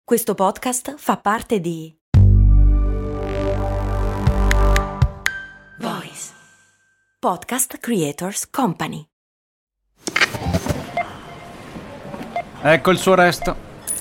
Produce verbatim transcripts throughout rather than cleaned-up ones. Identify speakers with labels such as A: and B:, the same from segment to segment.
A: Questo podcast fa parte di Voice Podcast Creators Company.
B: Ecco il suo resto.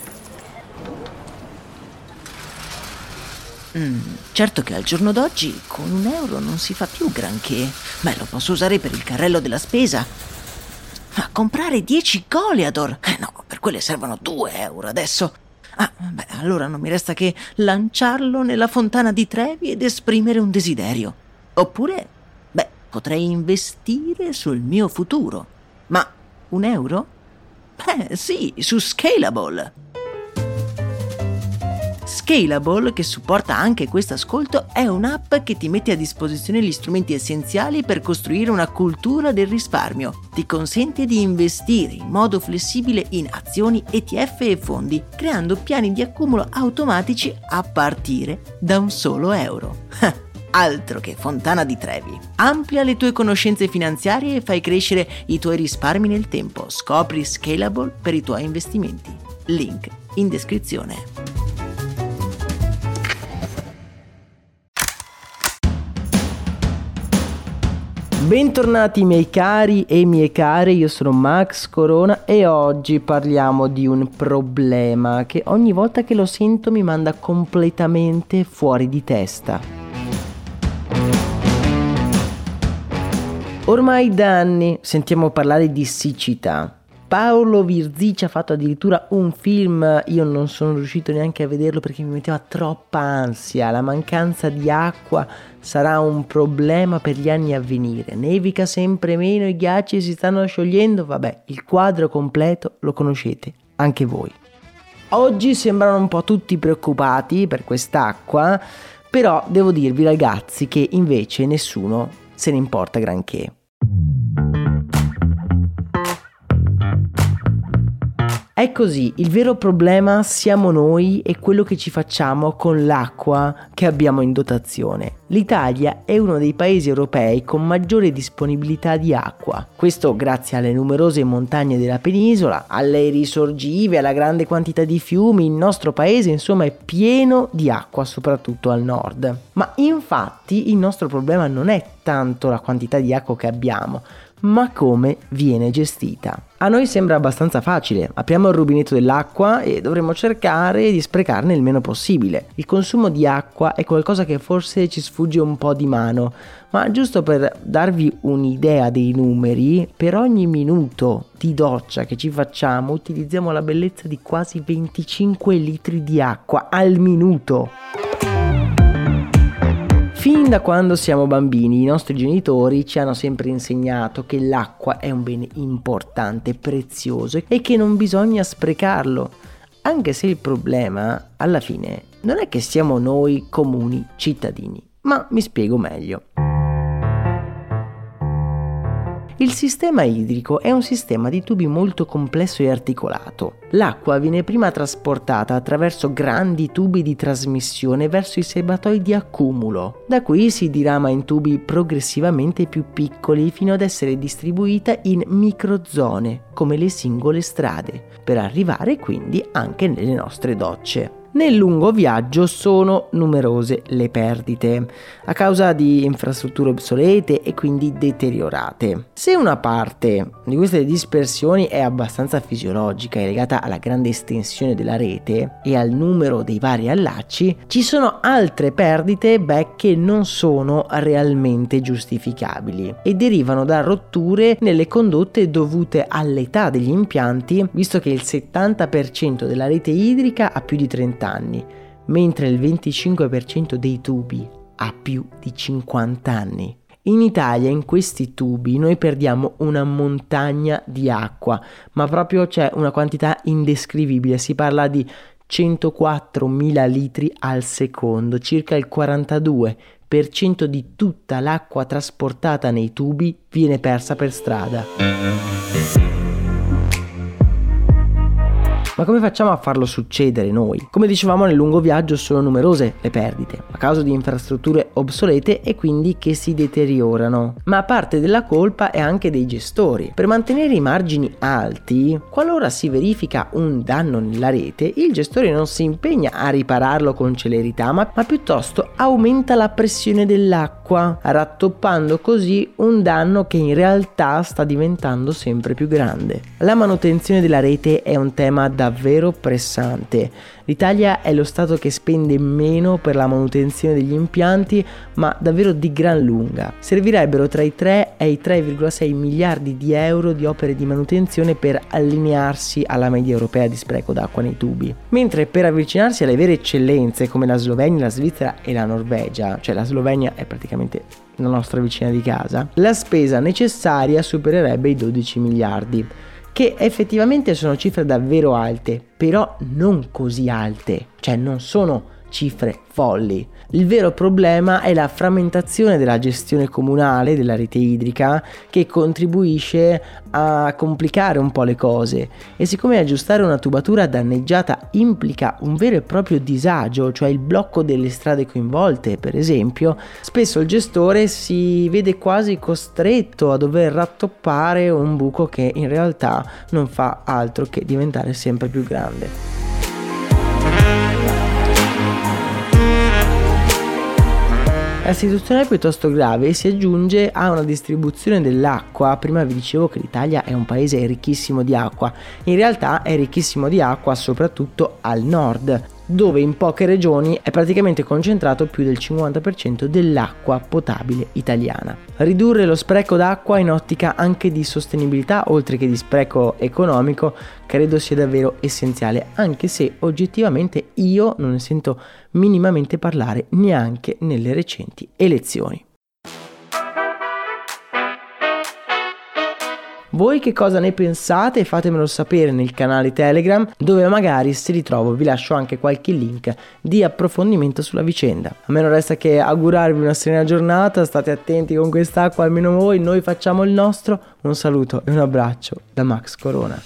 C: Mm, certo che al giorno d'oggi con un euro non si fa più granché. Beh, lo posso usare per il carrello della spesa. Ma comprare dieci Goliador? Eh no, per quelle servono due euro adesso. Ah, beh, allora non mi resta che lanciarlo nella fontana di Trevi ed esprimere un desiderio. Oppure, beh, potrei investire sul mio futuro. Ma un euro? Beh, sì, su Scalable. Scalable, che supporta anche questo ascolto, è un'app che ti mette a disposizione gli strumenti essenziali per costruire una cultura del risparmio. Ti consente di investire in modo flessibile in azioni, E T F e fondi, creando piani di accumulo automatici a partire da un solo euro. Altro che fontana di Trevi. Amplia le tue conoscenze finanziarie e fai crescere i tuoi risparmi nel tempo. Scopri Scalable per i tuoi investimenti. Link in descrizione.
D: Bentornati miei cari e mie care, io sono Max Corona e oggi parliamo di un problema che ogni volta che lo sento mi manda completamente fuori di testa. Ormai da anni sentiamo parlare di siccità. Paolo Virzì ci ha fatto addirittura un film, io non sono riuscito neanche a vederlo perché mi metteva troppa ansia. La mancanza di acqua sarà un problema per gli anni a venire. Nevica sempre meno, i ghiacci si stanno sciogliendo, vabbè, il quadro completo lo conoscete anche voi. Oggi sembrano un po' tutti preoccupati per quest'acqua, però devo dirvi ragazzi che invece nessuno se ne importa granché. È così, il vero problema siamo noi e quello che ci facciamo con l'acqua che abbiamo in dotazione. L'Italia è uno dei paesi europei con maggiore disponibilità di acqua. Questo grazie alle numerose montagne della penisola, alle risorgive, alla grande quantità di fiumi. Il nostro paese insomma è pieno di acqua, soprattutto al nord. Ma infatti il nostro problema non è tanto la quantità di acqua che abbiamo, ma come viene gestita. A noi sembra abbastanza facile, apriamo il rubinetto dell'acqua e dovremmo cercare di sprecarne il meno possibile. Il consumo di acqua è qualcosa che forse ci sfugge un po' di mano, ma giusto per darvi un'idea dei numeri, per ogni minuto di doccia che ci facciamo utilizziamo la bellezza di quasi venticinque litri di acqua al minuto. Fin da quando siamo bambini, i nostri genitori ci hanno sempre insegnato che l'acqua è un bene importante, prezioso e che non bisogna sprecarlo, anche se il problema, alla fine, non è che siamo noi comuni cittadini. Ma mi spiego meglio. Il sistema idrico è un sistema di tubi molto complesso e articolato. L'acqua viene prima trasportata attraverso grandi tubi di trasmissione verso i serbatoi di accumulo. Da qui si dirama in tubi progressivamente più piccoli fino ad essere distribuita in microzone, come le singole strade, per arrivare quindi anche nelle nostre docce. Nel lungo viaggio sono numerose le perdite, a causa di infrastrutture obsolete e quindi deteriorate. Se una parte di queste dispersioni è abbastanza fisiologica e legata alla grande estensione della rete e al numero dei vari allacci, ci sono altre perdite beh, che non sono realmente giustificabili e derivano da rotture nelle condotte dovute all'età degli impianti, visto che il settanta per cento della rete idrica ha più di trenta anni, mentre il venticinque per cento dei tubi ha più di cinquanta anni. In Italia in questi tubi noi perdiamo una montagna di acqua, ma proprio c'è una quantità indescrivibile, si parla di centoquattromila litri al secondo, circa il quarantadue per cento di tutta l'acqua trasportata nei tubi viene persa per strada. Ma come facciamo a farlo succedere noi? Come dicevamo, nel lungo viaggio sono numerose le perdite, a causa di infrastrutture obsolete e quindi che si deteriorano. Ma parte della colpa è anche dei gestori. Per mantenere i margini alti, qualora si verifica un danno nella rete, il gestore non si impegna a ripararlo con celerità, ma, ma piuttosto aumenta la pressione dell'acqua, rattoppando così un danno che in realtà sta diventando sempre più grande. La manutenzione della rete è un tema davvero pressante. L'Italia è lo stato che spende meno per la manutenzione degli impianti, ma davvero di gran lunga. Servirebbero tra i tre e i tre virgola sei miliardi di euro di opere di manutenzione per allinearsi alla media europea di spreco d'acqua nei tubi. Mentre per avvicinarsi alle vere eccellenze come la Slovenia, la Svizzera e la Norvegia, cioè la Slovenia è praticamente la nostra vicina di casa, la spesa necessaria supererebbe i dodici miliardi. Che effettivamente sono cifre davvero alte, però non così alte, cioè non sono cifre folli. Il vero problema è la frammentazione della gestione comunale della rete idrica, che contribuisce a complicare un po' le cose, e siccome aggiustare una tubatura danneggiata implica un vero e proprio disagio, cioè il blocco delle strade coinvolte per esempio, spesso il gestore si vede quasi costretto a dover rattoppare un buco che in realtà non fa altro che diventare sempre più grande. La situazione è piuttosto grave e si aggiunge a una distribuzione dell'acqua. Prima vi dicevo che l'Italia è un paese ricchissimo di acqua, in realtà è ricchissimo di acqua soprattutto al nord, dove in poche regioni è praticamente concentrato più del cinquanta per cento dell'acqua potabile italiana. Ridurre lo spreco d'acqua in ottica anche di sostenibilità, oltre che di spreco economico, credo sia davvero essenziale, anche se oggettivamente io non ne sento minimamente parlare neanche nelle recenti elezioni. Voi che cosa ne pensate? Fatemelo sapere nel canale Telegram, dove magari se li trovo vi lascio anche qualche link di approfondimento sulla vicenda. A me non resta che augurarvi una serena giornata, state attenti con quest'acqua, almeno voi, noi facciamo il nostro. Un saluto e un abbraccio da Max Corona.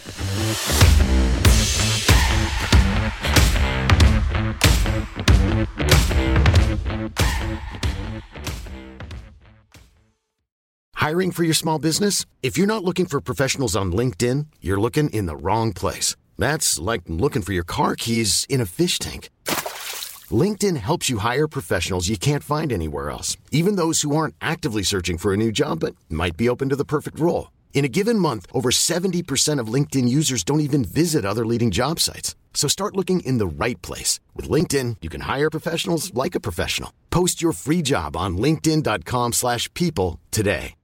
E: Hiring for your small business? If you're not looking for professionals on LinkedIn, you're looking in the wrong place. That's like looking for your car keys in a fish tank. LinkedIn helps you hire professionals you can't find anywhere else, even those who aren't actively searching for a new job but might be open to the perfect role. In a given month, over seventy percent of LinkedIn users don't even visit other leading job sites. So start looking in the right place. With LinkedIn, you can hire professionals like a professional. Post your free job on linkedin dot com slash people today.